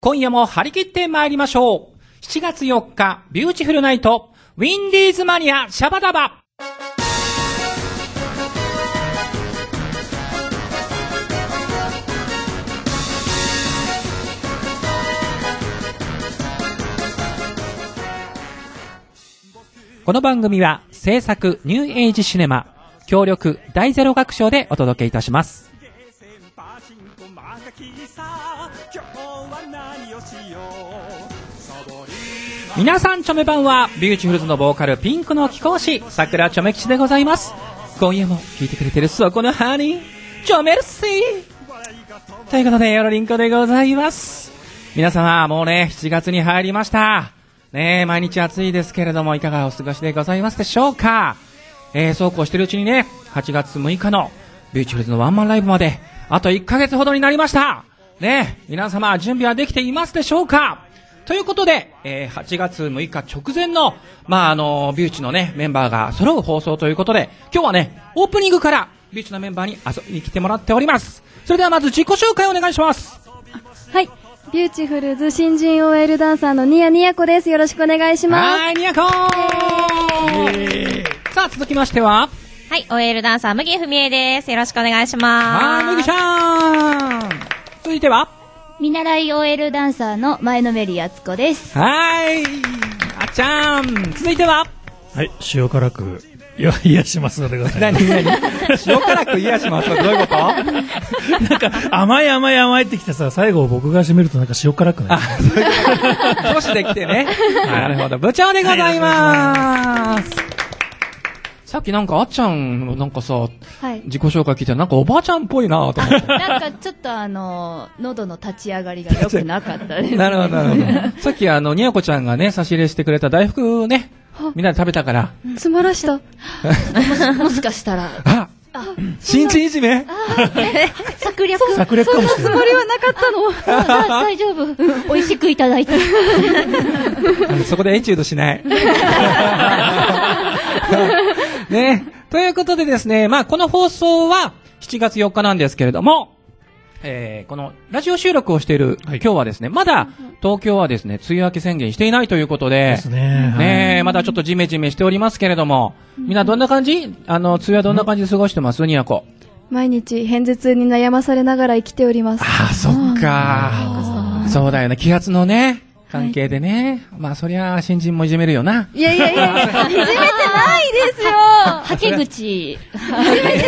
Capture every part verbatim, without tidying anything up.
今夜も張り切って参りましょう。しちがつよっか、ビューティフルナイト、ウィンディーズマニアシャバダバ。この番組は制作ニューエイジシネマ、協力大ゼロ学賞でお届けいたします。皆さんチョメ版はビューティフルズのボーカルピンクの貴公子桜チョメ吉でございます。今夜も聴いてくれてるそこのハニーチョメルシーということでよろりんこでございます。皆様もうねしちがつに入りましたね。毎日暑いですけれどもいかがお過ごしでございますでしょうか。えー、そうこうしてるうちにねはちがつむいかのビューティフルズのワンマンライブまであといっかげつほどになりましたね。皆様準備はできていますでしょうか。ということで、えー、はちがつむいか直前の、まあ、あの、ビューチのね、メンバーが揃う放送ということで、今日はね、オープニングからビューチのメンバーに遊びに来てもらっております。それではまず自己紹介をお願いします。 はい。ビューティフルズ新人 オーエル ダンサーのニヤニヤコです。よろしくお願いします。 はい、ニヤコーさあ、続きましてははい、オーエル ダンサー、麦ふみえです。よろしくお願いします。 はい、麦ちゃん続いては見習い オーエル ダンサーの前のめりやつこです。 はい、あっちゃん続いてははい、塩辛く癒しますのでございます。 何何塩辛く癒しますのどういうことなんか甘い甘い甘いってきてさ、最後僕が締めるとなんか塩辛くなる。あ、そういうこと女子で来てねなるほど、部長でございます、はい、さっきなんかあっちゃんのなんかさ、はい、自己紹介聞いたらなんかおばあちゃんっぽいなと思ってなんかちょっとあの喉の立ち上がりが良くなかったです、ね、 なるほどなるほどさっきあのにやこちゃんがね差し入れしてくれた大福をねみんなで食べたからつまらしたも, もしかしたらああ新人いじめ策略策略かもしれない。 そんなつもりはなかったの大丈夫、うん、美味しくいただいてそこでエチュードしないね、ということでですね、まあこの放送はしちがつよっかなんですけれども、えー、このラジオ収録をしている、はい、今日はですね、まだ東京はですね、梅雨明け宣言していないということで、 ですね、 ね、 はい、 まだちょっとジメジメしておりますけれども、みんなどんな感じ？あの、梅雨はどんな感じで過ごしてます？にやこ。 毎日偏頭痛に悩まされながら生きております。 ああ、そっか。そうだよね、気圧のね、関係でね、はい、まあそりゃ新人もいじめるよな。 いやいやいや、いじめてないですよ。 はけ口。はけ口。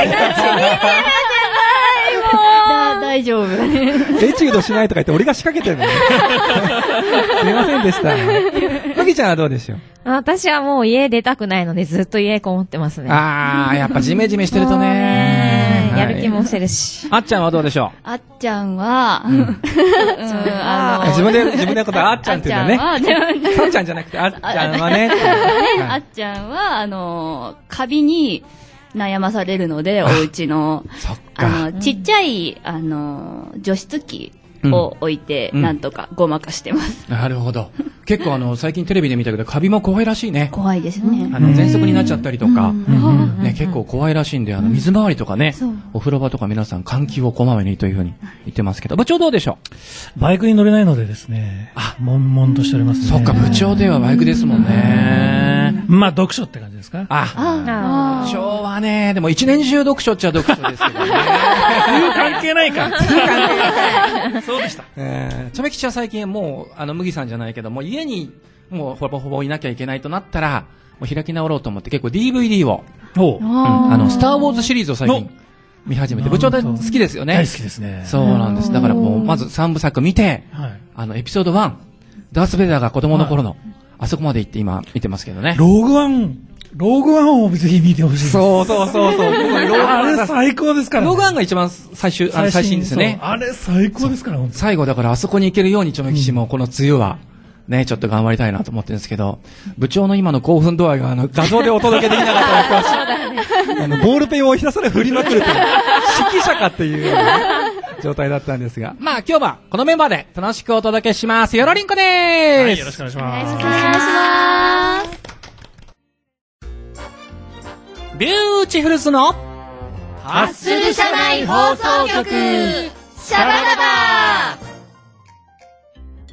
大丈夫。 エチュードしないとか言って俺が仕掛けてるのね。すみませんでした。マギちゃんはどうでしょう？ 私はもう家出たくないのでずっと家こもってますね。 あー、やっぱジメジメしてるとね。 やる気もしてるし。 あっちゃんはどうでしょう？ あっちゃんは、 うんうん、あの自分で自分のことあっちゃんって言うんだね。さっちゃんじゃなくてあっちゃんはね。 あっちゃんはあのカビに悩まされるので、お家のあのちっちゃいあの除湿機を置いて、うん、なんとかごまかしてます。 なるほど。結構あの最近テレビで見たけどカビも怖いらしいね。 怖いですね。 あの喘息になっちゃったりとか、ね、結構怖いらしいんで、あの水回りとかね、お風呂場とか皆さん換気をこまめにというふうに言ってますけど、部長どうでしょう？バイクに乗れないのでですね、あ、悶々としておりますね。 そっか、部長ではバイクですもんね。 まあ読書って感じですか？ あ、あ、部長はね、でも一年中読書っちゃ読書ですけどね。 関係ないか。そうでした。 えー、チョメ吉は最近もうあの麦さんじゃないけども家にもうほぼほぼいなきゃいけないとなったらもう開き直ろうと思って結構 ディーブイディー を、うん、あのスターウォーズシリーズを最近見始めて、部長大好きですよね。 大好きですね。 そうなんです。だからもうまずさんぶさく見て、はい、あのエピソードワンダースベイダーが子供の頃の、はい、あそこまで行って今見てますけどね。 ローグワンローグワンをぜひ見てほしいです。 そうそうそうそう。 あれ最高ですから、ね。 ローグワンが一番最終、あの最新ですね。 あれ最高ですから、 最後だからあそこに行けるようにチョメキシもこの梅雨は、ね、ちょっと頑張りたいなと思ってるんですけど、部長の今の興奮度合いがあの画像でお届けできなかったら、ね、あのボールペンをひたすら振りまくるという、指揮者かっていう、ね、状態だったんですが、まあ今日はこのメンバーで楽しくお届けします。よろりんこでーす。 はい、よろしくお願いします。 お願いします。 ビューティフルズのハッスル社内放送局シャバダバ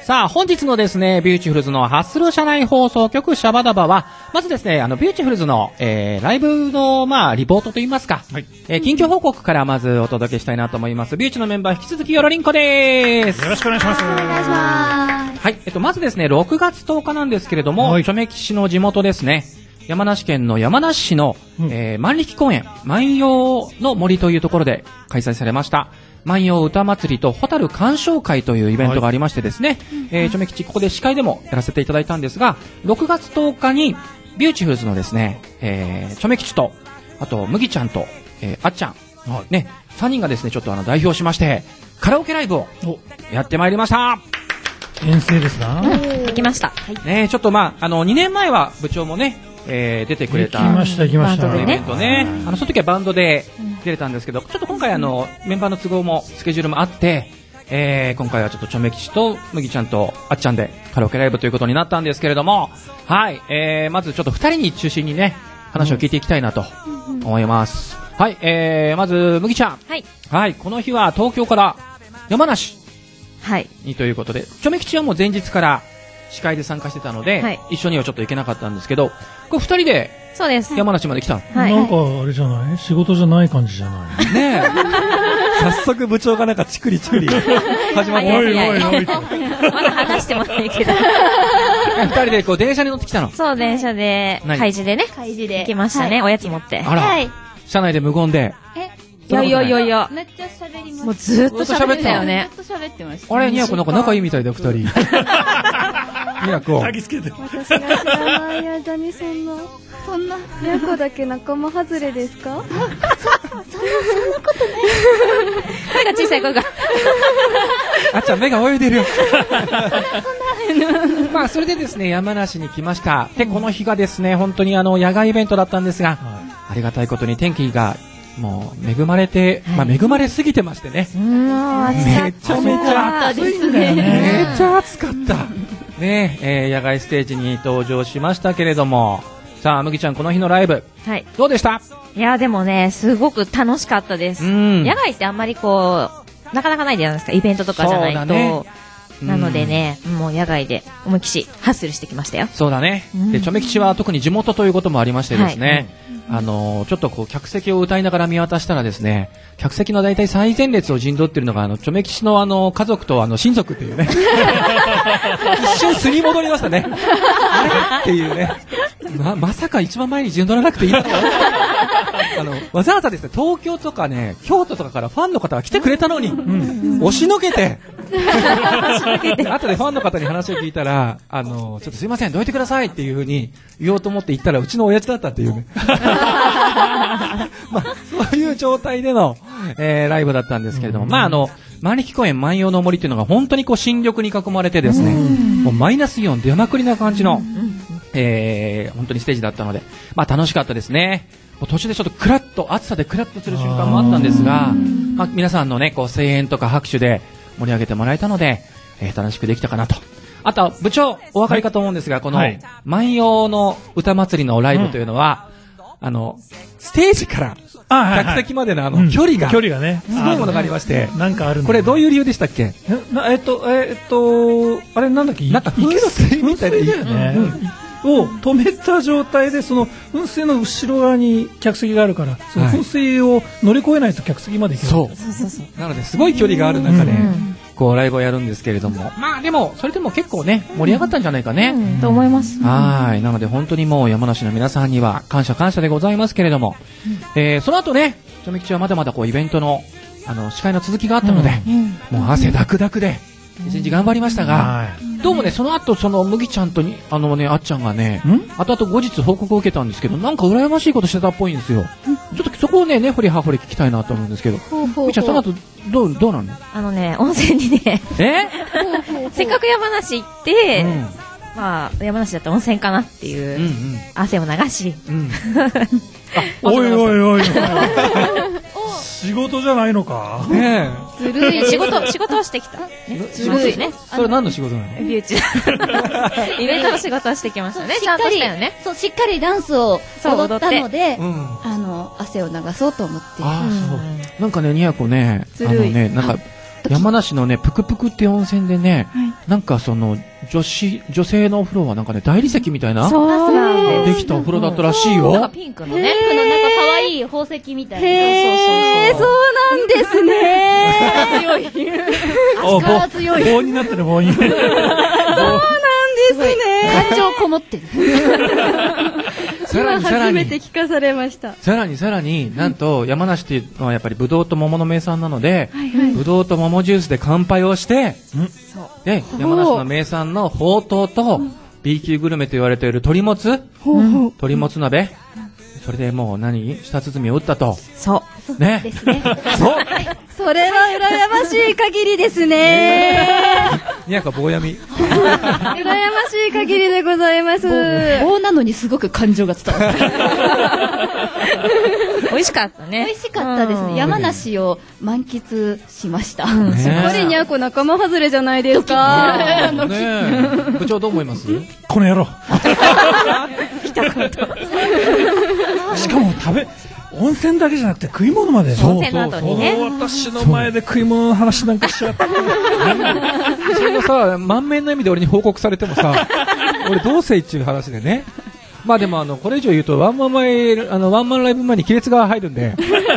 さあ、本日のですね、ビューティフルズのハッスル社内放送局シャバダバは、まずですね、あの、ビューティフルズの、えー、ライブの、まあ、リポートといいますか、はい、えー、近況報告からまずお届けしたいなと思います。ビューチのメンバー引き続きよろりんこです。 よろしくお願いします。お願いします。 はい、えっと、まずですね、ろくがつとおかなんですけれども、はい、チョメキシの地元ですね、山梨県の山梨市の、うん、えー、万力公園、万葉の森というところで開催されました。万葉歌祭りとホタル鑑賞会というイベントがありましてですね、はい、えー、チョメ吉ここで司会でもやらせていただいたんですが、ろくがつとおかにビューティフルズのですね、えー、チョメ吉と、あと麦ちゃんと、えー、あっちゃん、はい、ね、さんにんがですね、ちょっとあの代表しまして、カラオケライブをやってまいりました。 遠征ですな。 行きました。はい、 ね、ちょっとまあ、あの、にねんまえは部長もね、えー、出てくれた。 行きました、行きました。 イベントね。あの、その時はバンドで出れたんですけど、ちょっと今回あの、メンバーの都合も、スケジュールもあって、えー、今回はちょっとチョメ吉と麦ちゃんとあっちゃんでカラオケライブということになったんですけれども、はい、えー、まずちょっとふたりに中心にね、話を聞いていきたいなと思います。うん、はい、えー、まず麦ちゃん。 はい。 はい、この日は東京から山梨。 はい。 にということで、チョメ吉はもう前日から司会で参加してたので、はい、一緒にはちょっと行けなかったんですけど、これ二人でそうです山梨まで来たの、 はい、なんかあれじゃない仕事じゃない感じじゃないねえ早速部長がなんかチクリチクリ始まっておいおいおいまだ話してもないけど二人でこう電車に乗ってきたの。 そう電車で開示でね開示で行きましたね、はい、おやつ持ってあら、はい、車内で無言でえいやいやいやいやめっちゃ喋りました。 もうずっと喋ってたよね。 ずっと喋ってました。 あれニヤコなんか仲いいみたいだ二人ニヤコ嗅ぎつけて私が知らない間にそんなそんなニヤコだけ仲間外れですか？そんなそんなこと声が小さい声があっちゃん目が泳いでるよまあそれでですね山梨に来ました。でこの日がですね本当にあの野外イベントだったんですが、はい、ありがたいことに天気がもう恵まれて、まあ恵まれすぎてましてね。 うん、 めちゃめちゃ暑いんだよね。 めっちゃ暑かった。ねえ、えー、野外ステージに登場しましたけれども、さあ麦ちゃんこの日のライブ、はい、どうでした？ いやでもねすごく楽しかったです。野外ってあんまりこうなかなかないじゃないですかイベントとかじゃないと。ね、なのでね、もう野外で思いっきしハッスルしてきましたよ。 そうだね。で、チョメ吉は特に地元ということもありましてですね、はい、あのー、ちょっとこう客席を歌いながら見渡したらですね、客席の大体最前列を陣取っているのがあのチョメ吉のあの家族とあの親族っていうね、一瞬素に戻りましたね。あれっていうね、ままさか一番前に陣取らなくていいのかあのわざわざですね東京とかね京都とかからファンの方が来てくれたのに、うん、押しのけて。後でファンの方に話を聞いたら、あのちょっとすいませんどいてくださいっていう風に言おうと思って行ったらうちの親父だったっていうねまあそういう状態での、えー、ライブだったんですけれども、まああの万力公園万葉の森っていうのが本当にこう新緑に囲まれてですね、もうマイナスイオン出まくりな感じの、えー、本当にステージだったので、まあ楽しかったですね。途中でちょっとクラッと暑さでクラッとする瞬間もあったんですが、まあ、皆さんのねこう声援とか拍手で盛り上げてもらえたので、えー、楽しくできたかなと。あと部長お分かりかと思うんですが、はい、この万葉の歌祭りのライブというのは、うん、あのステージから客席までのあの、はいはい、距離が、 うん、距離がねすごいものがありまして、 なんかあるんだ、ね、 これどういう理由でしたっけ？ えっとえっとあれなんだっけ？ なんか噴水みたいなだよね、うん、を止めた状態でその噴水の後ろ側に客席があるから、その噴水を乗り越えないと客席まで行けない、はい、 そうそうそうなのですごい距離がある中で、うん、こうライブをやるんですけれども、まあでもそれでも結構ね盛り上がったんじゃないかね、 うんうん、と思います。 はいなので本当にもう山梨の皆さんには感謝感謝でございますけれども、うんえー、その後ねチョメ吉はまだまだこうイベントのあの司会の続きがあったので、うん、もう汗だくだくで一日頑張りましたが、うん、どうもねその後その麦ちゃんとにあのねあっちゃんがね後々後日報告を受けたんですけど、なんか羨ましいことしてたっぽいんですよ、うん、ちょっとそこをね根掘り葉掘り聞きたいなと思うんですけど、麦ちゃんその後どうどうなの？ あのね温泉にねえせっかく山梨行って、うん、まあ山梨だったら温泉かなっていう、うんうん、汗を流し、うん、 おいおいおいおい仕事じゃないのかねえずるい仕事仕事をしてきた、ね、ずるいね。 それ何の仕事なの？ ビューチイベントの仕事をしてきましたね。ちゃんとしたよね。 そうしっかりダンスを踊ったので、うん、あの汗を流そうと思って。 あそうなんかねにやこねあのねなんか山梨のねぷくぷくって温泉でね、はい、 なんかその女子女性のお風呂はなんかね大理石みたいなできたお風呂だったらしいよ。 なんかピンクのね、 ピンクのなんか可愛い宝石みたいな。 へー、そうなんですね。 強い。 力強い。棒になってる棒に。そうなんですね。 感情こもってる。 さらにさら初にめて聞かされました。 さらにさらになんと山梨っていうのはやっぱりブドウと桃の名産なので、ブドウと桃ジュースで乾杯をして、で山梨の名産のほうとうと B 級グルメと言われている鶏もつ、鶏もつ鍋、それでもう何舌鼓を打ったと。 そうね。 ですね。 そう。 それは羨ましい限りですね。 にやか棒やみ。 羨ましい限りでございます。 棒なのにすごく感情が伝わる。 美味しかったね。 美味しかったですね。山梨を満喫しまししっかりにゃこ仲間外れじゃないですか。 ね部長どう思います？ この野郎。しかも食べ温泉だけじゃなくて食い物まで。 温泉の後にね。 私の前で食い物の話なんかしちゃって。 それがさ満面の笑みで俺に報告されてもさ、俺どうせっていう話でね。まあでもあのこれ以上言うとワンマン前あのワンマンライブ前に亀裂が入るんで。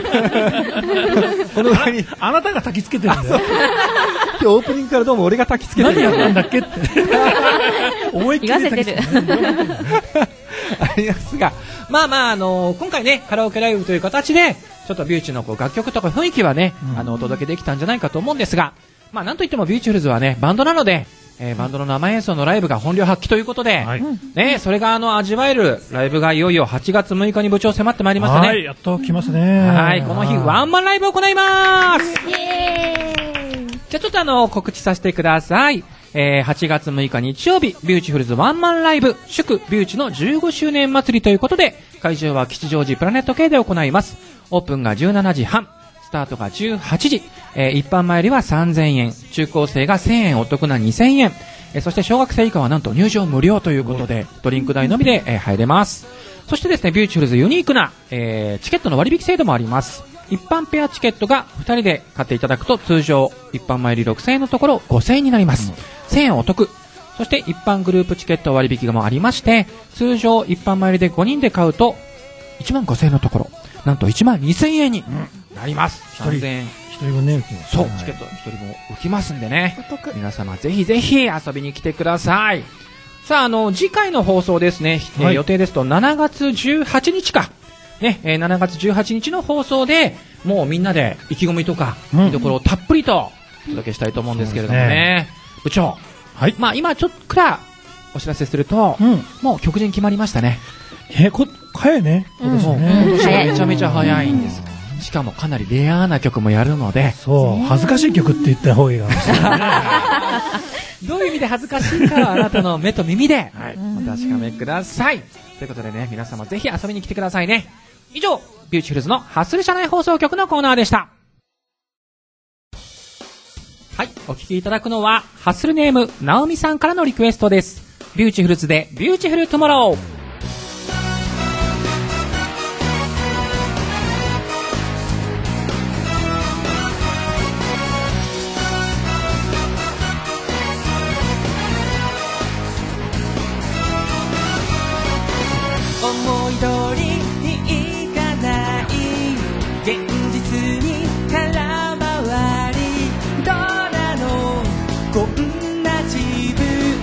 この上にあなたが焚きつけてるんだよ。 今日オープニングからどうも俺が焚きつけてる。 何やったんだっけって。思いっきり言わせてる。 ありますが、まあまああの今回ねカラオケライブという形でちょっとビューチのこう楽曲とか雰囲気はね、うん、あのお届けできたんじゃないかと思うんですが、まあなんといってもビューチフルズはねバンドなので。えー、バンドの生演奏のライブが本領発揮ということで、はい、ね、それがあの味わえるライブがいよいよはちがつむいかに部長迫ってまいりましたね。 はい、やっと来ますね。 はい、この日ワンマンライブを行います。イエーイ。じゃあちょっとあの告知させてください。えー、はちがつむいか日曜日、ビューチフルズワンマンライブ祝ビューチのじゅうごしゅうねん祭りということで、会場は吉祥寺プラネット系で行います。オープンがじゅうしちじはん。スタートがじゅうはちじ、えー、一般前よりはさんぜんえん、中高生がせんえんお得なにせんえん、えー、そして小学生以下はなんと入場無料ということで、ドリンク代のみで、えー、入れます。そしてですね、ビューチフルズユニークな、えー、チケットの割引制度もあります。一般ペアチケットがふたりで買っていただくと通常一般前よりろくせんえんのところごせんえんになります。せんえんお得。そして一般グループチケット割引もありまして、通常一般前よりでごにんで買うといちまんごせんえんのところなんといちまんにせんえんになります。さんぜんえん一人分ね、 そう、チケット一人も浮きますんでね、皆様ぜひぜひ遊びに来てください。さあ、あの次回の放送ですね、はい、えー、予定ですとしちがつじゅうはちにちかね、えー、しちがつじゅうはちにちの放送でもうみんなで意気込みとか見どころをたっぷりとお届けしたいと思うんですけれどもね、ね、部長、はい、まあ今ちょっとくらお知らせすると、うん、もう曲順決まりましたね。 えー、こ早いね。 うん、今年めちゃめちゃ早いんです。しかもかなりレアな曲もやるので、 そう恥ずかしい曲って言った方がいいかもしれないね。 どういう意味で恥ずかしいかはあなたの目と耳で、はい、お確かめください。ということでね、皆様ぜひ遊びに来てくださいね。以上、ビューチフルズのハッスル社内放送局のコーナーでした。はい、お聞きいただくのはハッスルネームナオミさんからのリクエストです。ビューチフルズでビューティフルトゥモロー。 思い通りにいかない現実に空回りどうなのこんな自分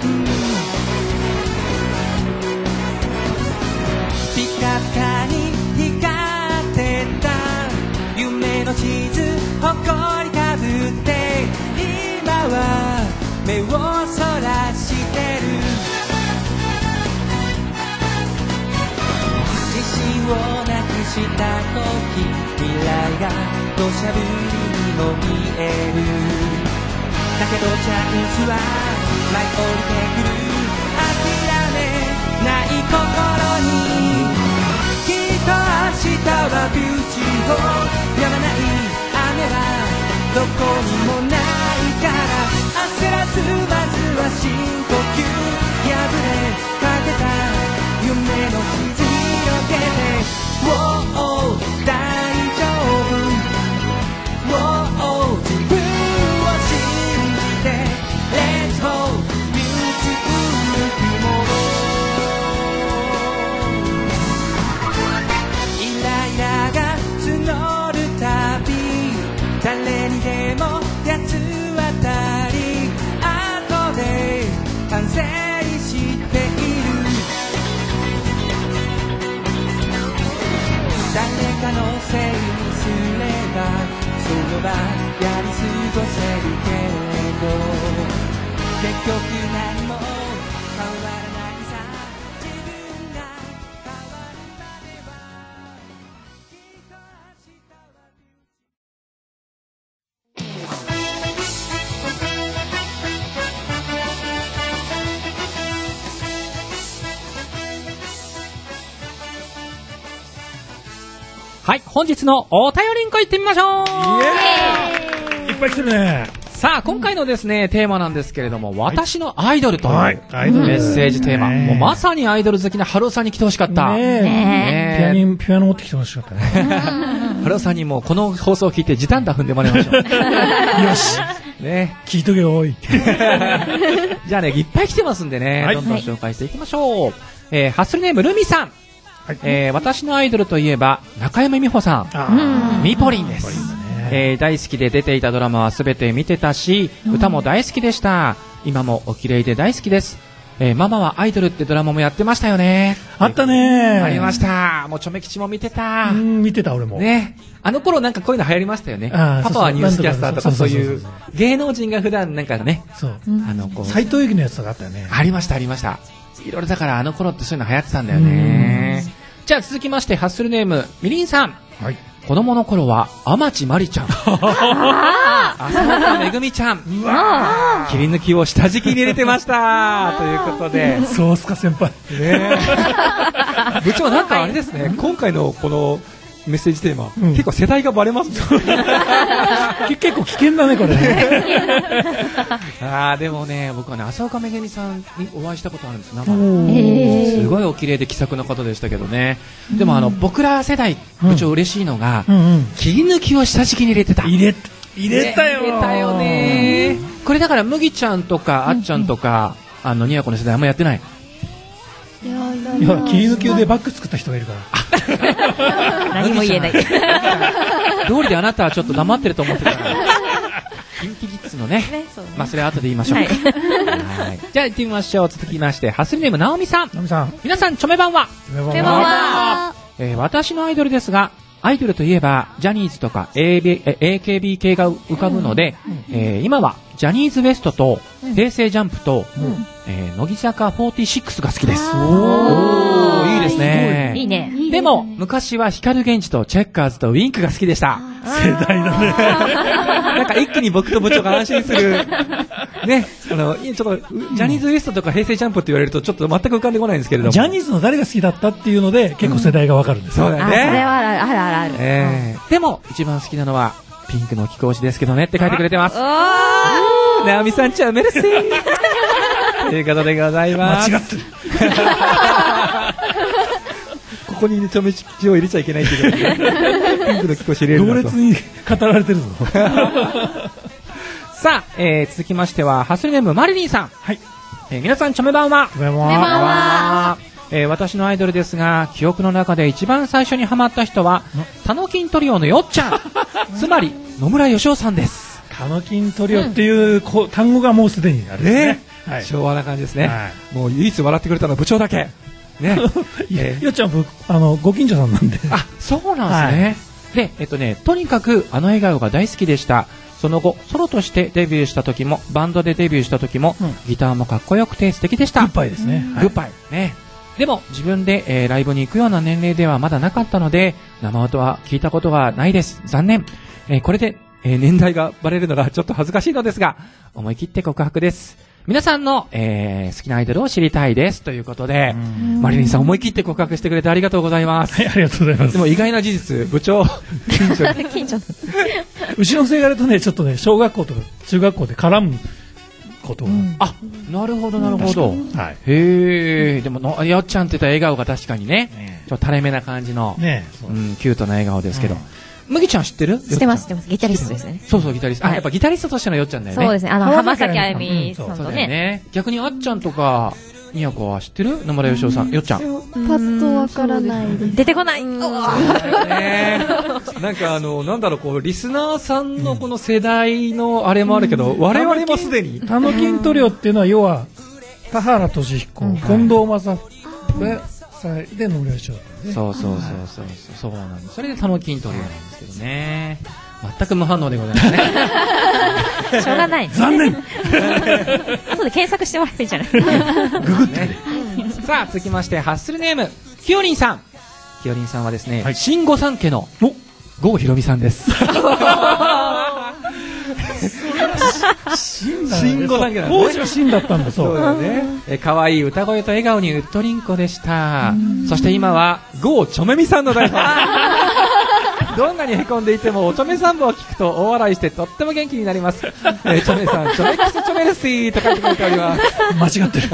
ピカピカに光ってた夢の地図誇りかぶって今は目をそらしてるをなくした時未来が土砂降りにも見えるだけどチャンスは舞い降りてくる諦めない心にきっと明日はビューティフルやまない雨はどこにもないから焦らずまずは深呼吸破れかけた夢の地図Whoa, oh, 大丈夫 Whoa, oh, 自分を信じて Let's go にすればその場やり過ごせるけれど結局何も変わらないさ自分が変わるまではきっと明日ははい、本日のお便りんこ行ってみましょう。 イエーイ、いっぱい来てるね。 さあ、今回のですね、テーマなんですけれども、私のアイドルという、 はい、アイドルメッセージテーマ。もうまさにアイドル好きな春尾さんに来てほしかった。 ねえ。ねえ。ピアニ、ピアノ持ってきてほしかったね。 春尾さんにもこの放送を聞いて時短打踏んでもらいましょう。 よし。 ね。 聞いとけよ、おい。 じゃあね、いっぱい来てますんでね、はい、どんどん紹介していきましょう。えー、ハッスルネームルミさん。はい、えー、私のアイドルといえば中山美穂さん、ミポリンです、えー、大好きで出ていたドラマはすべて見てたし、歌も大好きでした。今もお綺麗で大好きです。えー、ママはアイドルってドラマもやってましたよね。 あったね。 ありました。もうちょめ吉も見てた。 うん、見てた俺も。 ね。あの頃なんかこういうの流行りましたよね。パパはニュースキャスターとかそういう芸能人が普段なんかね。 そう。 あのこう。 斉藤由貴のやつとかあったよね。 ありましたありました。いろいろだからあの頃ってそういうの流行ってたんだよね。じゃあ続きましてハッスルネームみりんさん。はい。子供の頃は天地まりちゃん、浅岡めぐみちゃん、切り抜きを下敷きに入れてましたということで。 そうっすか先輩。 ね。部長なんかあれですね。今回のこのメッセージテーマ、うん、結構世代がバレますね。 結構危険だねこれね。 ああでもね、僕はね浅岡めぐみさんにお会いしたことあるんです。生で。すごいお綺麗で気さくな方でしたけどね。でもあの僕ら世代部長嬉しいのが、うんうんうん、切り抜きを下敷きに入れてた。 入れ入れたよ。 入れたよね。これだから麦ちゃんとかあっちゃんとか、うんうん、あのニヤコの世代あんまやってない。 いや切り抜きでバッグ作った人がいるから何も言えない。 道理であなたはちょっと黙ってると思ってたからキンキギッズのね、ねそうね、まあそれは後で言いましょう。はい、はいじゃあ行ってみましょう。続きましてハッスルネームなおみさん。 なおみさん、 皆さんチョメ版はチョメ版は、 えー、私のアイドルですが、アイドルといえばジャニーズとか エーケービー 系が浮かぶので、うんえー、今はジャニーズ ウエストと平成ジャンプと、うんえー、乃木坂フォーティーシックスが好きです。おー、いいですね。 いいね。 でも昔は光源氏とチェッカーズとウィンクが好きでした。 世代だね。 なんか一気に僕と部長が安心するね。あのちょっとジャニーズ ウエストとか平成ジャンプって言われるとちょっと全く浮かんでこないんですけれども、 ジャニーズの誰が好きだったっていうので結構世代がわかるんです、 うん、そうだね。 あ、それはあるあるあるある、 えー、でも一番好きなのはピンクの貴公子ですけどねって書いてくれてます。なおみさんちゃうメルシーということでございます。 間違ってる。 ここにねちょめちを入れちゃいけないっていうことで、ピンクの貴公子入れるんだと。 同列に語られてるぞ。 さあ、えー、続きましてはハッスルネームマリリンさん。 はい。 えー、皆さんチョメ版は。 チョメ版は。 えー、私のアイドルですが、記憶の中で一番最初にハマった人はタノキントリオのよっちゃんつまり野村義雄さんです。 タノキントリオっていう、こう単語がもうすでにあるんですね、 はい、昭和な感じですね、はい、もう唯一笑ってくれたのは部長だけね。 えー、よっちゃんあのご近所さんなんで。 あ、そうなんですね、はい、で、えっとね、とにかくあの笑顔が大好きでした。その後ソロとしてデビューした時もバンドでデビューした時も、うん、ギターもかっこよくて素敵でした。 グッバイですね、 うん、グッバイね。でも自分で、えー、ライブに行くような年齢ではまだなかったので生音は聞いたことがないです。残念、えー、これで、えー、年代がバレるのがちょっと恥ずかしいのですが思い切って告白です。皆さんの、えー、好きなアイドルを知りたいですということで、マリリンさん思い切って告白してくれてありがとうございます。 はい、ありがとうございます。 でも意外な事実、部長近所近所後ろのせがれとねちょっとね小学校とか中学校で絡むことが、うん、 あ、なるほどなるほど、はい、へえ。でものよっちゃんって言った笑顔が確かにね、ねちょっと垂れ目な感じの、ね、うん、キュートな笑顔ですけど、うん、麦ちゃん知ってる？ 知ってます知ってます。ギタリストですね。 そうそうギタリスト、はい、あ、やっぱギタリストとしてのよっちゃんだよね。 そうですね。あの浜崎あゆみさんとね、 うん、そうだよね。逆にあっちゃんとかみやこは知ってる？野村義雄さん、よっちゃん。 パッとわからないです。 出てこない。 ね、なんかあのなんだろう、こうリスナーさんのこの世代のあれもあるけど、うん、我々もすでにタノキントリオっていうのは要は田原俊彦、うん、近藤正歳で野村義雄だったんで、ね、 そうそうそうそうそうなんです。それでタノキントリオなんですけどね。全く無反応でございますね。 しょうがない。 残念。 後で検索してもらえばいいじゃない。 ググって、ね。 さあ続きましてハッスルネームきよりんさん。きよりんさんはですね、はい、新御三家の郷ひろみさんです。新御三家なんですね。 当時は新だったんだそう。 そうだね。え可愛い歌声と笑顔にうっとりんこでした。そして今は郷ちょめみさんの台本。どんなにへこんでいてもおちょめ三部を聞くと大笑いしてとっても元気になります。えー、ちょめさん、ちょめキスちょめるしーと書いてくれております。 間違ってる。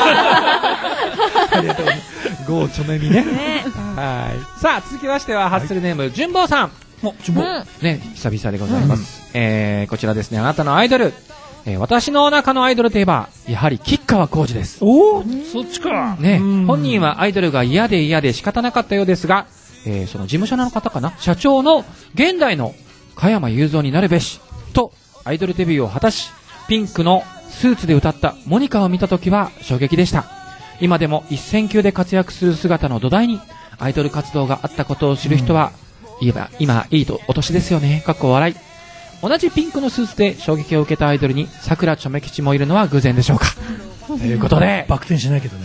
ありがとうございます。ゴーちょめみね。はい。さあ続きましてはハッスルネーム純坊さん。 お、純坊。 ね、久々でございます。うん、えー、こちらですね、あなたのアイドル。えー、私の中のアイドルといえばやはり吉川晃司です。 おお、そっちか。 ね、本人はアイドルが嫌で嫌で仕方なかったようですが。えー、その事務所の方かな、社長の現代の加山雄三になるべしとアイドルデビューを果たし、ピンクのスーツで歌ったモニカを見たときは衝撃でした。今でも一線級で活躍する姿の土台にアイドル活動があったことを知る人は、うん、言えば今いいとお年ですよね。かっこ笑い。同じピンクのスーツで衝撃を受けたアイドルに桜ちょめ吉もいるのは偶然でしょうか。ということでバク転しないけどね。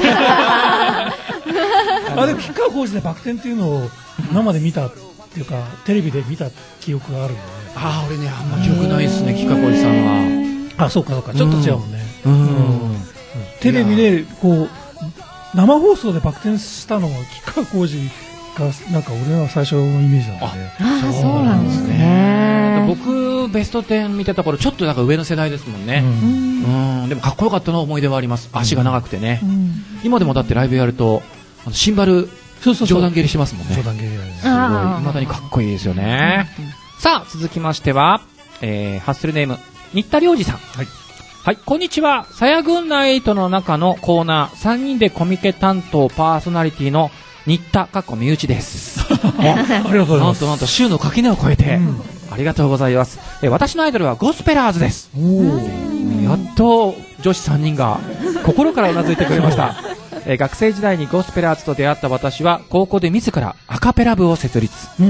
あ、でも吉川晃司でバク転っていうのを生で見たっていうかテレビで見た記憶があるんで、ね、 ああ俺ねあんま記憶ないですね吉川晃司さんは。 あ、そうかそうか、ちょっと違うもんね。うんうんうん、テレビでこう生放送でバク転したのが吉川晃司がなんか俺は最初のイメージなんで。 あ、そうなんですね。 僕ベストテン見てた頃ちょっとなんか上の世代ですもんね。うん、うん、でもかっこよかったの思い出はあります。足が長くてね、うん、今でもだってライブやるとあのシンバル上段蹴りしますもんね。 上段蹴りすごい未だにかっこいいですよね。うんうん、さあ続きましては、えー、ハッスルネーム新田良二さん。はい、はい、こんにちは。さや軍内との中のコーナーさんにんでコミケ担当パーソナリティの新田かっこ身内です。 あ, ありがとうございます。 なんとなんと週の垣根を越えて、うん、ありがとうございます。え私のアイドルはゴスペラーズです。おやっと女子さんにんが心からうなずいてくれました。え学生時代にゴスペラーズと出会った私は高校で自らアカペラ部を設立、うん、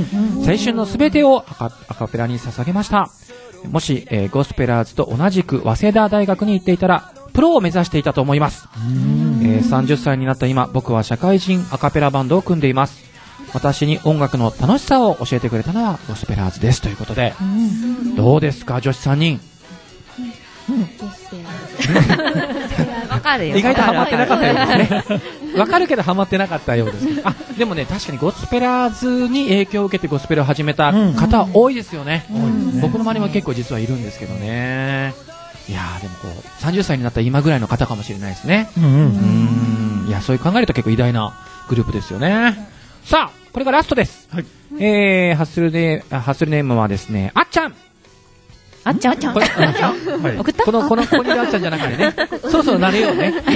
青春のすべてをア カ, アカペラに捧げました。もし、えー、ゴスペラーズと同じく早稲田大学に行っていたらプロを目指していたと思います。えー、さんじゅっさいになった今僕は社会人アカペラバンドを組んでいます。私に音楽の楽しさを教えてくれたのはゴスペラーズですということで、どうですか女子さんにん。 わかるよ。 意外とハマってなかったようですね。わかるけどハマってなかったようです。あ、でもね確かにゴスペラーズに影響を受けてゴスペラを始めた方多いですよね。うんうん、僕の周りも結構実はいるんですけどね。いやーでもこうさんじゅっさいになった今ぐらいの方かもしれないですね。うんうん、うーん、いやそういう考えると結構偉大なグループですよね。さあこれがラストです。はい、えー、ハッスルネハッスルネームはですねあっちゃん。 あっちゃんあっちゃんこれ、はい、送ったこのこのここにいるあっちゃんじゃなくてねそろそろ慣れようね。はい、リス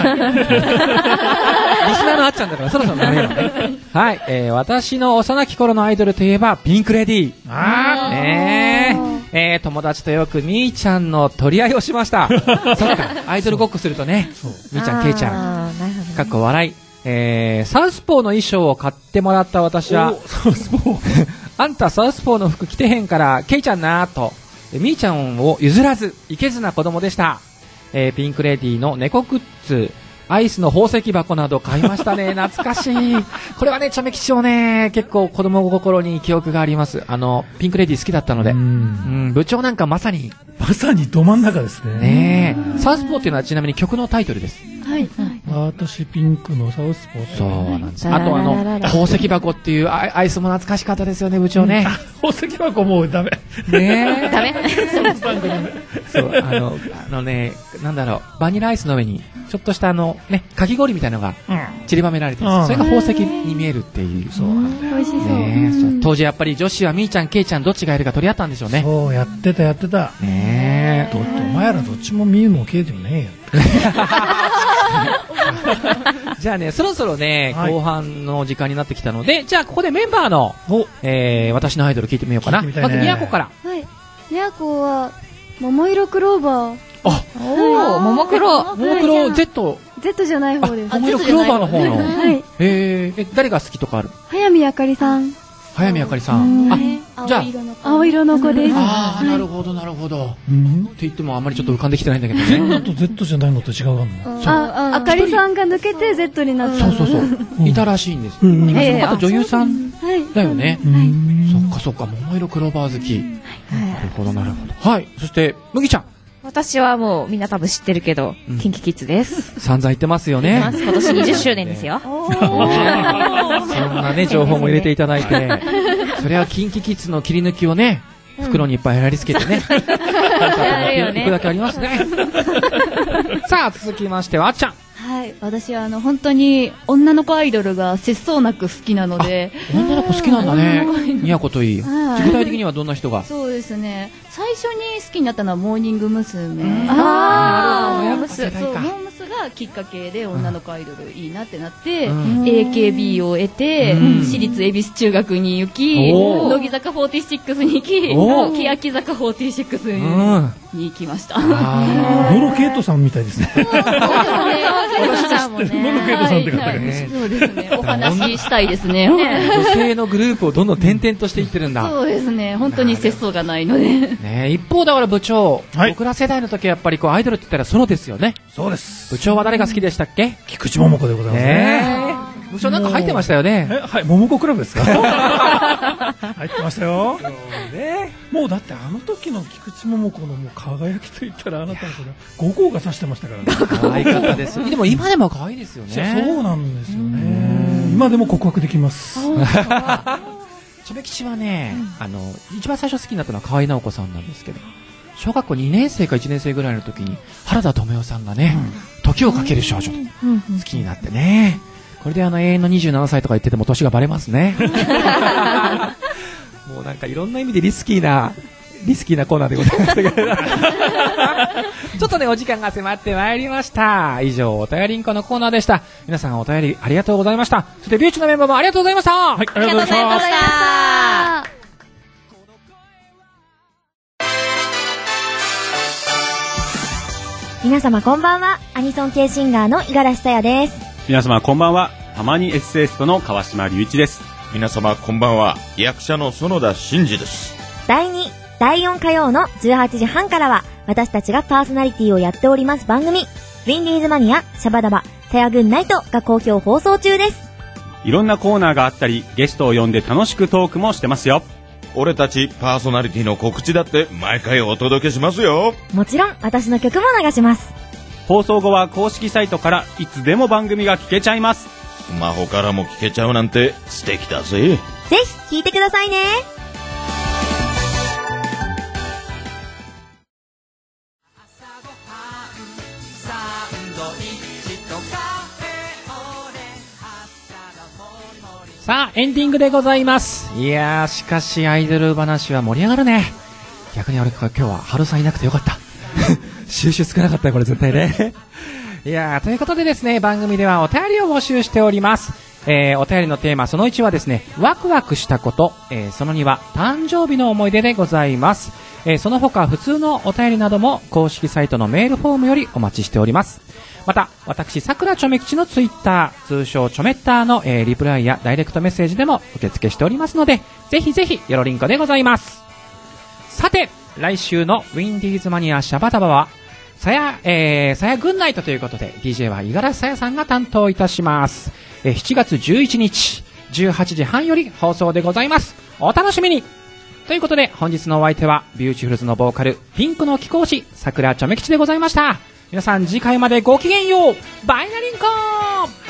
ナーのあっちゃんだからそろそろ慣れようね。はい、えー、私の幼き頃のアイドルといえばピンクレディー。あーねー、えー、友達とよくみーちゃんの取り合いをしました。そうかアイドルごっこするとねみーちゃんけいちゃんかっこ笑い。えー、サウスポーの衣装を買ってもらった私はサウスポーあんたサウスポーの服着てへんからけいちゃんなーとみーちゃんを譲らずいけずな子供でした。えー、ピンクレディーの猫グッズアイスの宝石箱など買いましたね。懐かしい。これはねチョメ吉をね結構子供心に記憶があります。あのピンクレディー好きだったので、うん、うん、部長なんかまさにまさにど真ん中ですね。 ねえサウスポーっていうのはちなみに曲のタイトルです。 はい、 私ピンクのサウスポー。 そうなんです。あとあの宝石箱っていうアイスも懐かしかったですよね部長ね。 うん、宝石箱もうダメ。 ねえダメ。 そうあのあのねなんだろうバニラアイスの上にちょっとしたあのねかき氷みたいなのが散りばめられてる、うん、それが宝石に見えるっていう。 そうなんだよ。 美味しそう。 ねえ、そう当時やっぱり女子はみーちゃんけいちゃんどっちがいるか取り合ったんでしょうね。 そうやってたやってた。 ねえ。 どお前らどっちもみーもけいでもねえよ。 じゃあねそろそろね、はい、後半の時間になってきたのでじゃあここでメンバーの、えー、私のアイドル聞いてみようかな。まずみやこから。 はい。みやこは桃色クローバー。 あ、 おお、ももクロ。 ももクロ Z。 Z じゃない方です。 桃色クローバーの方の。 はい。 えー、え、誰が好きとかある？ 早見あかりさん。 早見あかりさん。 あ、じゃあ、青色の子です。 ああ、なるほど、なるほど。って言ってもあんまりちょっと浮かんできてないんだけどね。 と Z じゃないのと違うの？ あ、あかりさんが抜けて Z になった。 そうそうそう。いたらしいんです。あと女優さんだよね。そっかそっか、桃色クローバー好き。なるほど、なるほど。はい。そして、麦ちゃん。 私はもうみんな多分知ってるけど、キンキキッズです。 散々言ってますよね。 今年にじゅっしゅうねんですよ。 そんなね、情報も入れていただいて、それはキンキキッズの切り抜きをね、袋にいっぱいやりつけてね。やるよね。行くだけありますね。さあ、続きましては、あっちゃん。 はい、私はあの本当に女の子アイドルが節操なく好きなので。 女の子好きなんだね。みやこといい。具体的にはどんな人が？ そうですね。最初に好きになったのはモーニング娘。 ああ、モヤムス。 そう、モームスがきっかけで女の子アイドルいいなってなって、エーケービー を得て、私立恵比寿中学に行き、乃木坂フォーティーシックスに行き、欅坂フォーティーシックスに行きました。 野呂圭人さんみたいですね。 私だもんね。 野呂圭人さんって方がね。そうですね。お話ししたいですね。 女性のグループをどんどん転々としていってるんだ。 そうですね。本当に節操がないので。 ね、一方だから部長、僕ら世代の時はやっぱりこうアイドルって言ったらソロですよね。 そうです。 部長は誰が好きでしたっけ？ 菊池桃子でございますね。 部長なんか入ってましたよね。 え、はい、桃子クラブですか？入ってましたよ。もうだってあの時の菊池桃子のもう輝きと言ったらあなたのそれ五号が指してましたからね。 可愛かったです。でも今でも可愛いですよね。 そうなんですよね。今でも告白できます。 ちょめ吉はね、あの一番最初好きになったのは河合直子さんなんですけど、小学校にねん生かいちねん生ぐらいの時に原田知世さんがね、時をかける少女と好きになってね、これであの永遠のにじゅうななさいとか言ってても年がバレますね。もうなんかいろんな意味でリスキーなリスキーなコーナーでございましたけどちょっとねお時間が迫ってまいりました。以上お便りんこのコーナーでした。皆さんお便りありがとうございました。そしてビューチのメンバーもありがとうございました。はい、 ありがとうございました。 皆様こんばんは。アニソン系シンガーの五十嵐さやです。 皆様こんばんは。たまにエッセイストの川島隆一です。 皆様こんばんは。役者の園田真二です。 だいに、だいよん火曜のじゅうはちじはんからは私たちがパーソナリティをやっております番組ウィンディーズマニアシャバダバさやぐんナイトが好評放送中です。 いろんなコーナーがあったりゲストを呼んで楽しくトークもしてますよ。 俺たちパーソナリティの告知だって毎回お届けしますよ。 もちろん私の曲も流します。 放送後は公式サイトからいつでも番組が聞けちゃいます。 スマホからも聞けちゃうなんて素敵だぜ。ぜひ聞いてくださいね。 さあエンディングでございます。いやーしかしアイドル話は盛り上がるね。逆に俺今日は春さんいなくてよかった収集少なかったよこれ絶対ねいやーということでですね、番組ではお便りを募集しております。えー、お便りのテーマそのいちはですね、ワクワクしたこと、えー、そのには誕生日の思い出でございます。えー、その他普通のお便りなども公式サイトのメールフォームよりお待ちしております。また私さくらちょめ吉のツイッター通称ちょめッターの、えー、リプライやダイレクトメッセージでも受付しておりますので、ぜひぜひよろりんこでございます。さて来週のウィンディーズマニアシャバダバはさや、えー、さやグンナイトということで ディージェー は五十嵐さやさんが担当いたします。えー、しちがつじゅういちにちじゅうはちじはんより放送でございます。お楽しみに。ということで本日のお相手はビューティフルズのボーカルピンクの貴公子さくらちょめ吉でございました。皆さん次回までごきげんよう。バイナリンコー。